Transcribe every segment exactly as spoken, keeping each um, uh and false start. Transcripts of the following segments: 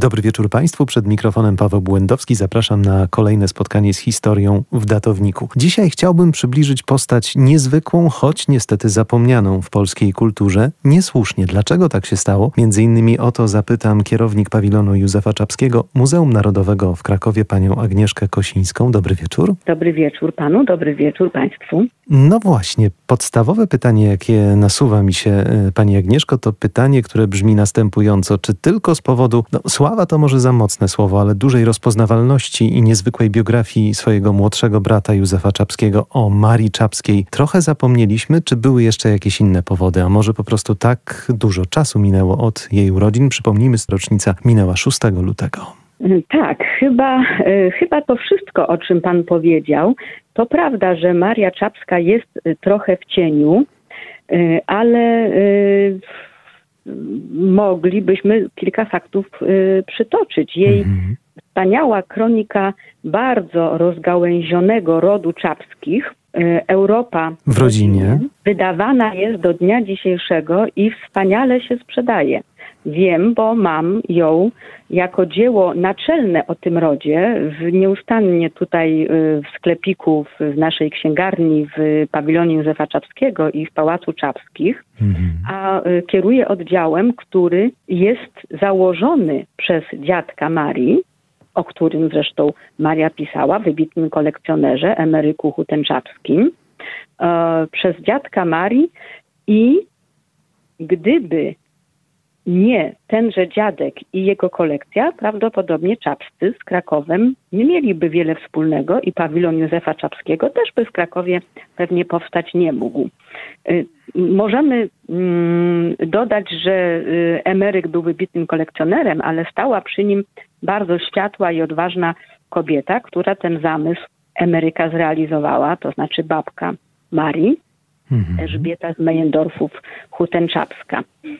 Dobry wieczór Państwu. Przed mikrofonem Paweł Błędowski. Zapraszam na kolejne spotkanie z historią w datowniku. Dzisiaj chciałbym przybliżyć postać niezwykłą, choć niestety zapomnianą w polskiej kulturze. Niesłusznie. Dlaczego tak się stało? Między innymi o to zapytam kierownik pawilonu Józefa Czapskiego Muzeum Narodowego w Krakowie, panią Agnieszkę Kosińską. Dobry wieczór. Dobry wieczór panu, dobry wieczór państwu. No właśnie, podstawowe pytanie, jakie nasuwa mi się, pani Agnieszko, to pytanie, które brzmi następująco. Czy tylko z powodu, no sława to może za mocne słowo, ale dużej rozpoznawalności i niezwykłej biografii swojego młodszego brata Józefa Czapskiego, o Marii Czapskiej, trochę zapomnieliśmy, czy były jeszcze jakieś inne powody, a może po prostu tak dużo czasu minęło od jej urodzin? Przypomnijmy, rocznica minęła szóstego lutego. Tak, chyba, chyba to wszystko, o czym pan powiedział. To prawda, że Maria Czapska jest trochę w cieniu, ale moglibyśmy kilka faktów przytoczyć. Jej mhm. wspaniała kronika bardzo rozgałęzionego rodu Czapskich, Europa w rodzinie, wydawana jest do dnia dzisiejszego i wspaniale się sprzedaje. Wiem, bo mam ją jako dzieło naczelne o tym rodzie, w, nieustannie tutaj w sklepiku, w naszej księgarni, w pawilonie Józefa Czapskiego i w Pałacu Czapskich, mhm. a kieruję oddziałem, który jest założony przez dziadka Marii, o którym zresztą Maria pisała, wybitnym kolekcjonerze, emeryku Hutem-Czapskim, e, przez dziadka Marii i gdyby nie tenże dziadek i jego kolekcja, prawdopodobnie Czapscy z Krakowem nie mieliby wiele wspólnego i pawilon Józefa Czapskiego też by w Krakowie pewnie powstać nie mógł. Możemy dodać, że emeryk był wybitnym kolekcjonerem, ale stała przy nim bardzo światła i odważna kobieta, która ten zamysł emeryka zrealizowała, to znaczy babka Marii, mhm. Elżbieta z Meyendorfów Hutem-Czapska.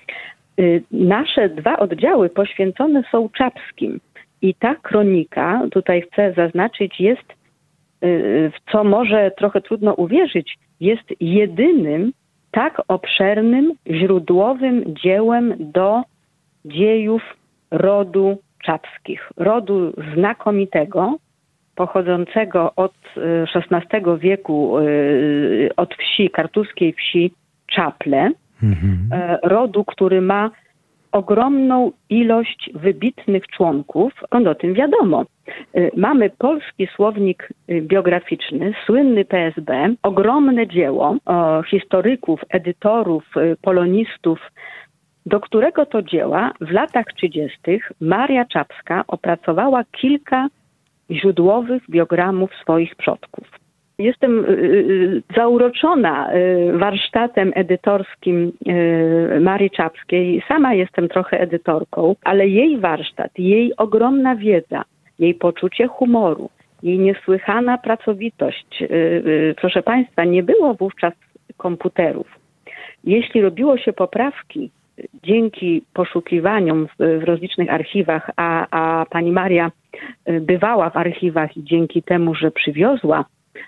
Nasze dwa oddziały poświęcone są Czapskim i ta kronika, tutaj chcę zaznaczyć, jest, w co może trochę trudno uwierzyć, jest jedynym tak obszernym, źródłowym dziełem do dziejów rodu Czapskich. Rodu znakomitego, pochodzącego od szesnastego wieku, od wsi, kartuskiej wsi Czaple. Mhm. Rodu, który ma ogromną ilość wybitnych członków, skąd o tym wiadomo. Mamy polski słownik biograficzny, słynny P S B, ogromne dzieło historyków, edytorów, polonistów, do którego to dzieła w latach trzydziestych Maria Czapska opracowała kilka źródłowych biogramów swoich przodków. Jestem zauroczona warsztatem edytorskim Marii Czapskiej. Sama jestem trochę edytorką, ale jej warsztat, jej ogromna wiedza, jej poczucie humoru, jej niesłychana pracowitość. Proszę Państwa, nie było wówczas komputerów. Jeśli robiło się poprawki dzięki poszukiwaniom w, w rozlicznych archiwach, a, a pani Maria bywała w archiwach i dzięki temu, że przywiozła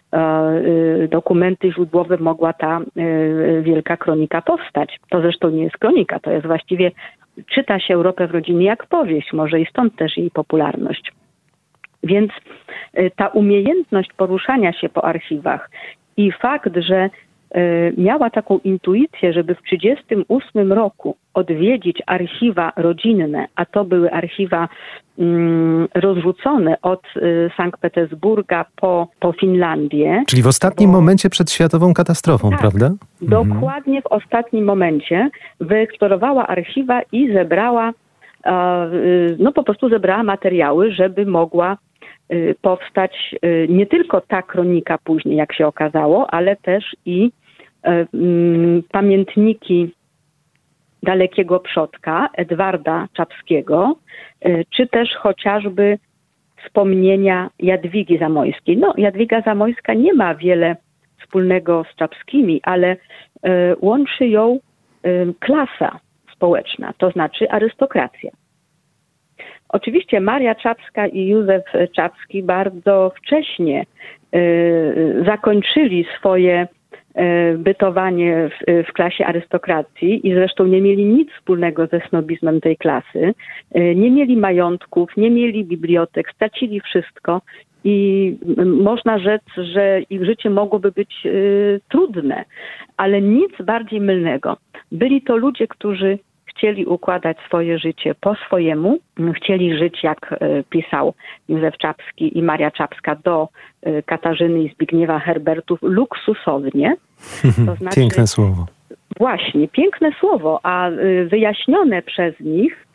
dokumenty źródłowe, mogła ta wielka kronika powstać. To zresztą nie jest kronika, to jest właściwie, czyta się Europę w rodzinie jak powieść, może i stąd też jej popularność. Więc ta umiejętność poruszania się po archiwach i fakt, że miała taką intuicję, żeby w trzydziestym ósmym roku odwiedzić archiwa rodzinne, a to były archiwa mm, rozrzucone od y, Sankt Petersburga po, po Finlandię. Czyli w ostatnim bo... momencie przed światową katastrofą, tak, prawda? Dokładnie w ostatnim momencie wyeksplorowała archiwa i zebrała, y, y, no po prostu zebrała materiały, żeby mogła y, powstać y, nie tylko ta kronika później, jak się okazało, ale też i y, y, pamiętniki dalekiego przodka Edwarda Czapskiego, czy też chociażby wspomnienia Jadwigi Zamojskiej. No, Jadwiga Zamojska nie ma wiele wspólnego z Czapskimi, ale łączy ją klasa społeczna, to znaczy arystokracja. Oczywiście Maria Czapska i Józef Czapski bardzo wcześnie zakończyli swoje bytowanie w, w klasie arystokracji i zresztą nie mieli nic wspólnego ze snobizmem tej klasy. Nie mieli majątków, nie mieli bibliotek, stracili wszystko i można rzec, że ich życie mogłoby być y, trudne, ale nic bardziej mylnego. Byli to ludzie, którzy chcieli układać swoje życie po swojemu, chcieli żyć, jak y, pisał Józef Czapski i Maria Czapska do y, Katarzyny i Zbigniewa Herbertów, luksusownie. To znaczy, piękne słowo. Właśnie, piękne słowo, a y, wyjaśnione przez nich,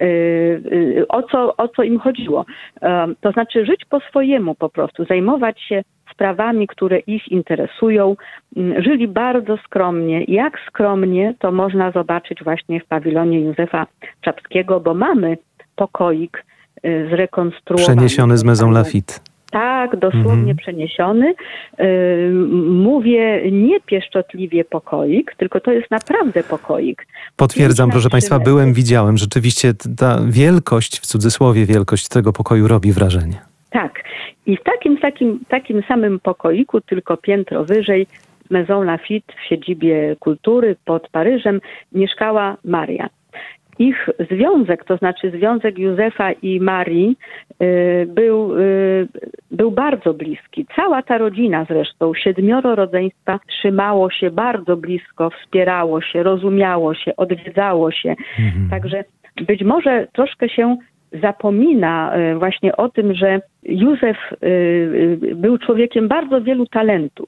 o co, o co im chodziło. To znaczy żyć po swojemu po prostu, zajmować się sprawami, które ich interesują. Żyli bardzo skromnie. Jak skromnie, to można zobaczyć właśnie w pawilonie Józefa Czapskiego, bo mamy pokoik zrekonstruowany. Przeniesiony z Maison Lafitte. Tak, dosłownie mhm. przeniesiony. Yy, mówię nie pieszczotliwie pokoik, tylko to jest naprawdę pokoik. Potwierdzam, proszę Państwa, byłem, widziałem. Rzeczywiście ta wielkość, w cudzysłowie wielkość tego pokoju robi wrażenie. Tak. I w takim, takim, takim samym pokoiku, tylko piętro wyżej, w Maison Lafitte, w siedzibie kultury pod Paryżem, mieszkała Maria. Ich związek, to znaczy związek Józefa i Marii y, był, y, był bardzo bliski. Cała ta rodzina zresztą, siedmioro rodzeństwa trzymało się bardzo blisko, wspierało się, rozumiało się, odwiedzało się. Mhm. Także być może troszkę się zapomina y, właśnie o tym, że Józef y, y, był człowiekiem bardzo wielu talentów,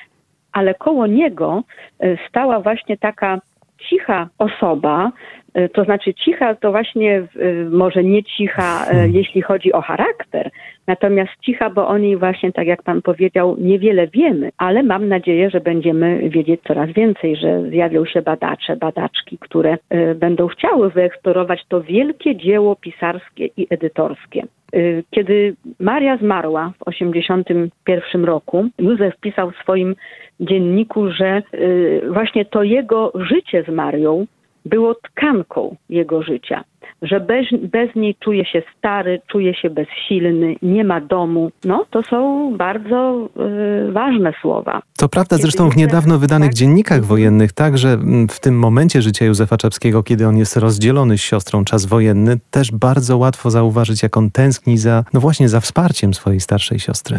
ale koło niego y, stała właśnie taka cicha osoba, to znaczy cicha to właśnie może nie cicha, hmm. jeśli chodzi o charakter, natomiast cicha, bo o niej właśnie, tak jak pan powiedział, niewiele wiemy, ale mam nadzieję, że będziemy wiedzieć coraz więcej, że zjawią się badacze, badaczki, które będą chciały wyeksplorować to wielkie dzieło pisarskie i edytorskie. Kiedy Maria zmarła w osiemdziesiątym pierwszym roku, Józef pisał w swoim dzienniku, że właśnie to jego życie z Marią było tkanką jego życia, że bez, bez niej czuje się stary, czuje się bezsilny, nie ma domu. No, to są bardzo y, ważne słowa. To prawda, zresztą w niedawno wydanych dziennikach wojennych, także w tym momencie życia Józefa Czapskiego, kiedy on jest rozdzielony z siostrą, czas wojenny, też bardzo łatwo zauważyć, jak on tęskni za, no właśnie, za wsparciem swojej starszej siostry.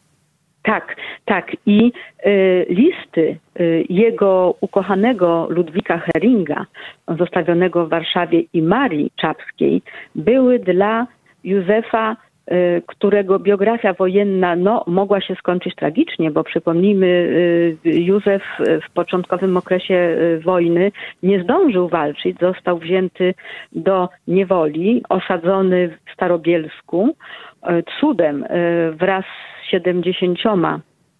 Tak, tak. I y, listy y, jego ukochanego Ludwika Heringa, zostawionego w Warszawie, i Marii Czapskiej, były dla Józefa, y, którego biografia wojenna no, mogła się skończyć tragicznie, bo przypomnijmy, y, Józef w początkowym okresie y, wojny nie zdążył walczyć, został wzięty do niewoli, osadzony w Starobielsku, y, cudem y, wraz z siedemdziesięcioma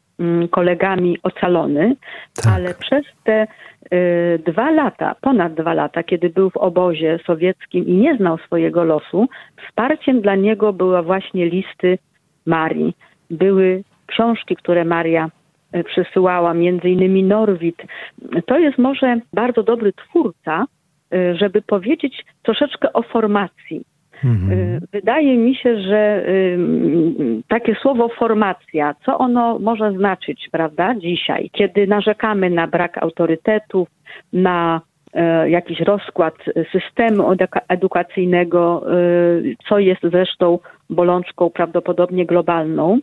kolegami ocalony, tak. Ale przez te y, dwa lata, ponad dwa lata, kiedy był w obozie sowieckim i nie znał swojego losu, wsparciem dla niego były właśnie listy Marii. Były książki, które Maria y, przysyłała, między innymi Norwid. To jest może bardzo dobry twórca, y, żeby powiedzieć troszeczkę o formacji. Mhm. Wydaje mi się, że y, takie słowo formacja, co ono może znaczyć, prawda, dzisiaj, kiedy narzekamy na brak autorytetów, na y, jakiś rozkład systemu eduka- edukacyjnego, y, co jest zresztą bolączką prawdopodobnie globalną.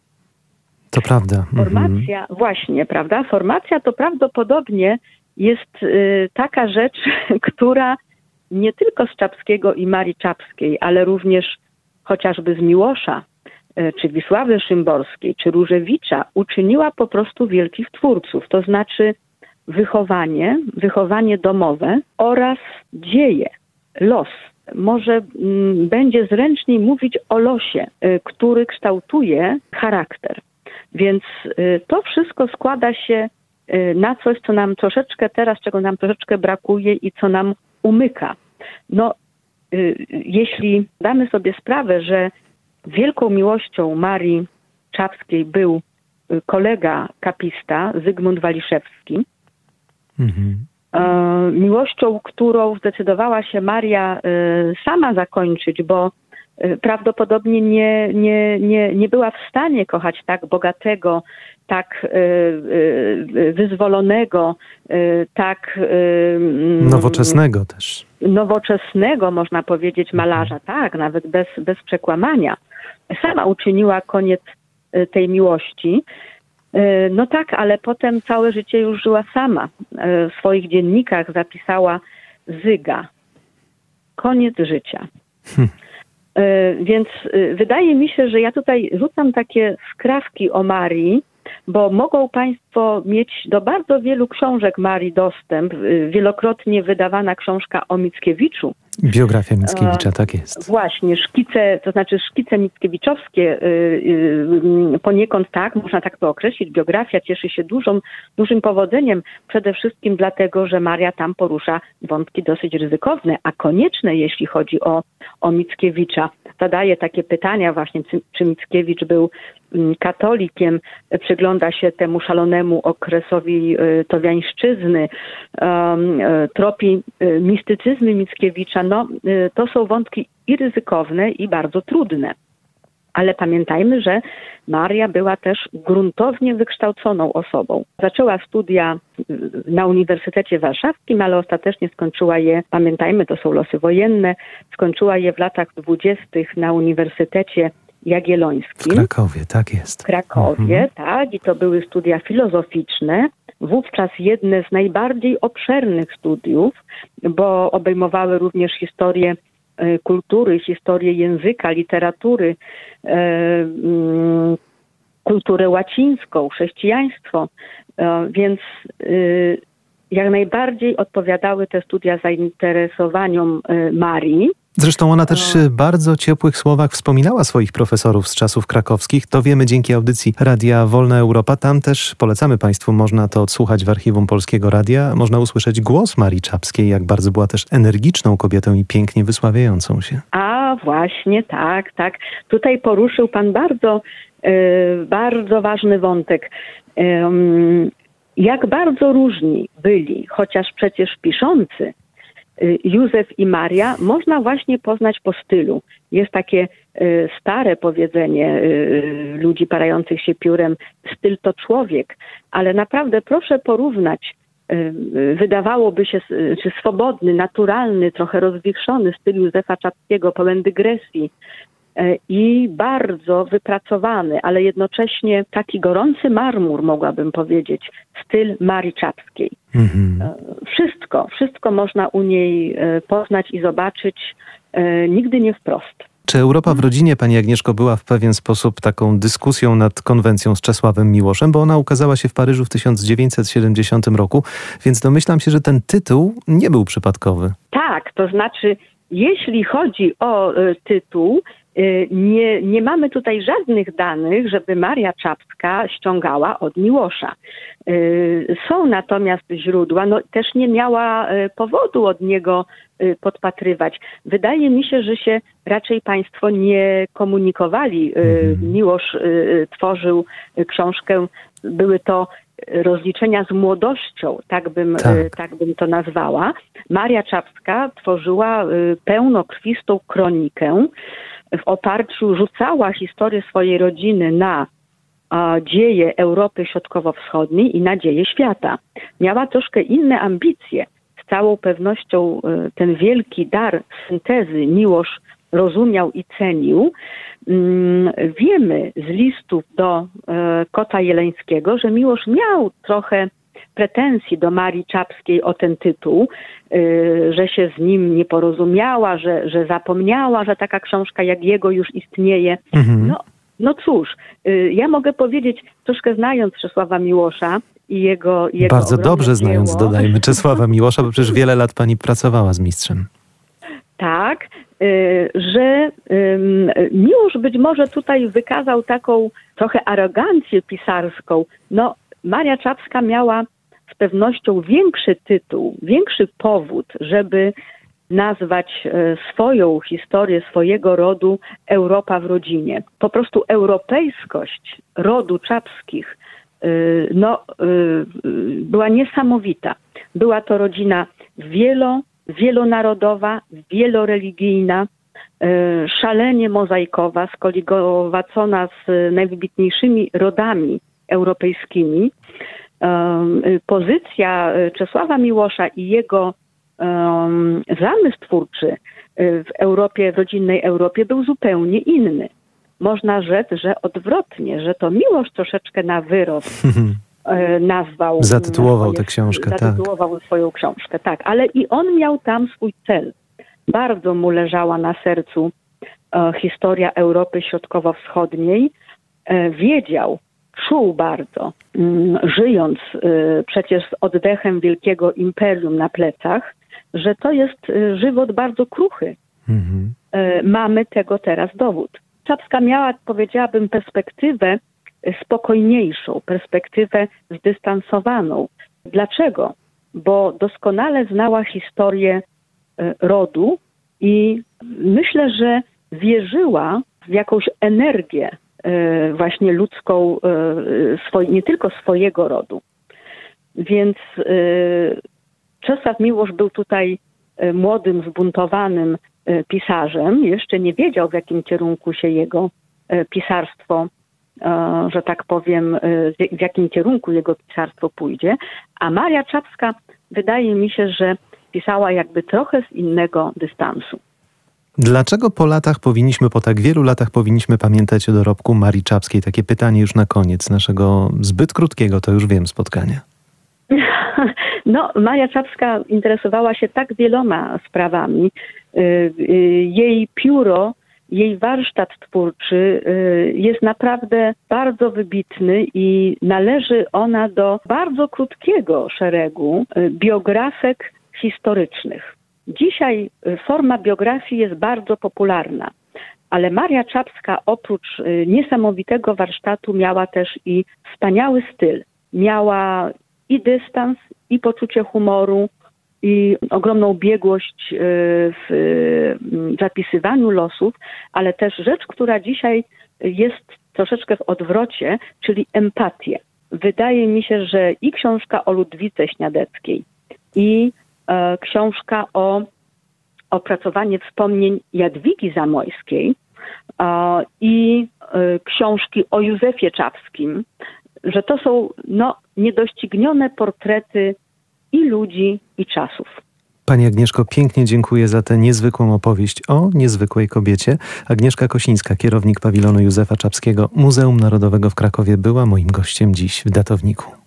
To prawda. Formacja, mhm. właśnie, prawda, formacja to prawdopodobnie jest y, taka rzecz, która nie tylko z Czapskiego i Marii Czapskiej, ale również chociażby z Miłosza, czy Wisławy Szymborskiej, czy Różewicza uczyniła po prostu wielkich twórców. To znaczy wychowanie, wychowanie domowe oraz dzieje, los. Może m, będzie zręczniej mówić o losie, y, który kształtuje charakter. Więc y, to wszystko składa się y, na coś, co nam troszeczkę teraz, czego nam troszeczkę brakuje i co nam umyka. No, y, jeśli damy sobie sprawę, że wielką miłością Marii Czapskiej był y, kolega kapista Zygmunt Waliszewski, mhm. y, miłością, którą zdecydowała się Maria y, sama zakończyć, bo prawdopodobnie nie, nie, nie, nie była w stanie kochać tak bogatego, tak wyzwolonego, tak nowoczesnego też. Nowoczesnego, można powiedzieć, malarza, tak, nawet bez, bez przekłamania. Sama uczyniła koniec tej miłości. No tak, ale potem całe życie już żyła sama. W swoich dziennikach zapisała Zyga. Koniec życia. Hm. Więc wydaje mi się, że ja tutaj rzucam takie skrawki o Marii, bo mogą Państwo mieć do bardzo wielu książek Marii dostęp. Wielokrotnie wydawana książka o Mickiewiczu. Biografia Mickiewicza, tak jest. Właśnie, szkice, to znaczy szkice mickiewiczowskie, poniekąd tak, można tak to określić. Biografia cieszy się dużą, dużym powodzeniem, przede wszystkim dlatego, że Maria tam porusza wątki dosyć ryzykowne, a konieczne, jeśli chodzi o, o Mickiewicza. Zadaje takie pytania właśnie, czy, czy Mickiewicz był katolikiem, przygląda się temu szalonemu okresowi towiańszczyzny, tropi mistycyzmy Mickiewicza. No, to są wątki i ryzykowne, i bardzo trudne. Ale pamiętajmy, że Maria była też gruntownie wykształconą osobą. Zaczęła studia na Uniwersytecie Warszawskim, ale ostatecznie skończyła je, pamiętajmy, to są losy wojenne, skończyła je w latach dwudziestych na Uniwersytecie Jagiellońskim. W Krakowie, tak jest. W Krakowie, mhm. tak. I to były studia filozoficzne. Wówczas jedne z najbardziej obszernych studiów, bo obejmowały również historię kultury, historię języka, literatury, e, mm, kulturę łacińską, chrześcijaństwo, e, więc e, jak najbardziej odpowiadały te studia zainteresowaniom e, Marii. Zresztą ona też w bardzo ciepłych słowach wspominała swoich profesorów z czasów krakowskich. To wiemy dzięki audycji Radia Wolna Europa. Tam też polecamy Państwu, można to odsłuchać w archiwum Polskiego Radia. Można usłyszeć głos Marii Czapskiej, jak bardzo była też energiczną kobietą i pięknie wysławiającą się. A właśnie, tak, tak. Tutaj poruszył Pan bardzo, yy, bardzo ważny wątek. Yy, jak bardzo różni byli, chociaż przecież piszący, Józef i Maria, można właśnie poznać po stylu. Jest takie y, stare powiedzenie y, ludzi parających się piórem, styl to człowiek, ale naprawdę proszę porównać, y, wydawałoby się, y, czy swobodny, naturalny, trochę rozwichrzony styl Józefa Czapskiego, pełen dygresji, i bardzo wypracowany, ale jednocześnie taki gorący marmur, mogłabym powiedzieć, styl Marii Czapskiej. Mhm. Wszystko, wszystko można u niej poznać i zobaczyć, nigdy nie wprost. Czy Europa w rodzinie, Pani Agnieszko, była w pewien sposób taką dyskusją nad konwencją z Czesławem Miłoszem, bo ona ukazała się w Paryżu w tysiąc dziewięćset siedemdziesiątym roku, więc domyślam się, że ten tytuł nie był przypadkowy. Tak, to znaczy, jeśli chodzi o y, tytuł, Nie, nie mamy tutaj żadnych danych, żeby Maria Czapska ściągała od Miłosza. Są natomiast źródła, no też nie miała powodu od niego podpatrywać. Wydaje mi się, że się raczej państwo nie komunikowali. Miłosz tworzył książkę, były to rozliczenia z młodością, tak bym, tak. tak bym to nazwała. Maria Czapska tworzyła pełnokrwistą kronikę, w oparciu rzucała historię swojej rodziny na a, dzieje Europy Środkowo-Wschodniej i na dzieje świata. Miała troszkę inne ambicje. Z całą pewnością y, ten wielki dar syntezy Miłosz rozumiał i cenił. Ym, wiemy z listów do y, Kota Jeleńskiego, że Miłosz miał trochę pretensji do Marii Czapskiej o ten tytuł, yy, że się z nim nie porozumiała, że, że zapomniała, że taka książka jak jego już istnieje. Mhm. No, no cóż, yy, ja mogę powiedzieć, troszkę znając Czesława Miłosza i jego, jego Bardzo dobrze dzieło, znając, dodajmy, Czesława Miłosza, bo przecież wiele lat pani pracowała z mistrzem. Tak, yy, że yy, Miłosz być może tutaj wykazał taką trochę arogancję pisarską. No, Maria Czapska miała z pewnością większy tytuł, większy powód, żeby nazwać swoją historię, swojego rodu Europa w rodzinie. Po prostu europejskość rodu Czapskich no, była niesamowita. Była to rodzina wielo, wielonarodowa, wieloreligijna. szalenie mozaikowa, skoligowacona z najwybitniejszymi rodami europejskimi. Pozycja Czesława Miłosza i jego zamysł twórczy w Europie, w rodzinnej Europie był zupełnie inny. Można rzec, że odwrotnie, że to Miłosz troszeczkę na wyrost nazwał. Zatytułował tę książkę, zatytułował tak. Zatytułował swoją książkę, tak. Ale i on miał tam swój cel. Bardzo mu leżała na sercu e, historia Europy Środkowo-Wschodniej. E, wiedział, czuł bardzo, m, żyjąc e, przecież z oddechem wielkiego imperium na plecach, że to jest e, żywot bardzo kruchy. Mhm. E, mamy tego teraz dowód. Czapska miała, powiedziałabym, perspektywę spokojniejszą, perspektywę zdystansowaną. Dlaczego? Bo doskonale znała historię rodu i myślę, że wierzyła w jakąś energię właśnie ludzką, nie tylko swojego rodu. Więc Czesław Miłosz był tutaj młodym, zbuntowanym pisarzem. Jeszcze nie wiedział, w jakim kierunku się jego pisarstwo, że tak powiem, w jakim kierunku jego pisarstwo pójdzie. A Maria Czapska, wydaje mi się, że pisała jakby trochę z innego dystansu. Dlaczego po latach powinniśmy, po tak wielu latach powinniśmy pamiętać o dorobku Marii Czapskiej? Takie pytanie już na koniec naszego zbyt krótkiego, to już wiem, spotkania. No, Maria Czapska interesowała się tak wieloma sprawami. Jej pióro, jej warsztat twórczy jest naprawdę bardzo wybitny i należy ona do bardzo krótkiego szeregu biografek historycznych. Dzisiaj forma biografii jest bardzo popularna, ale Maria Czapska oprócz niesamowitego warsztatu miała też i wspaniały styl. Miała i dystans, i poczucie humoru, i ogromną biegłość w zapisywaniu losów, ale też rzecz, która dzisiaj jest troszeczkę w odwrocie, czyli empatię. Wydaje mi się, że i książka o Ludwice Śniadeckiej, i e, książka o opracowanie wspomnień Jadwigi Zamojskiej, e, i e, książki o Józefie Czapskim, że to są no, niedoścignione portrety i ludzi, i czasów. Pani Agnieszko, pięknie dziękuję za tę niezwykłą opowieść o niezwykłej kobiecie. Agnieszka Kosińska, kierownik pawilonu Józefa Czapskiego Muzeum Narodowego w Krakowie, była moim gościem dziś w Datowniku.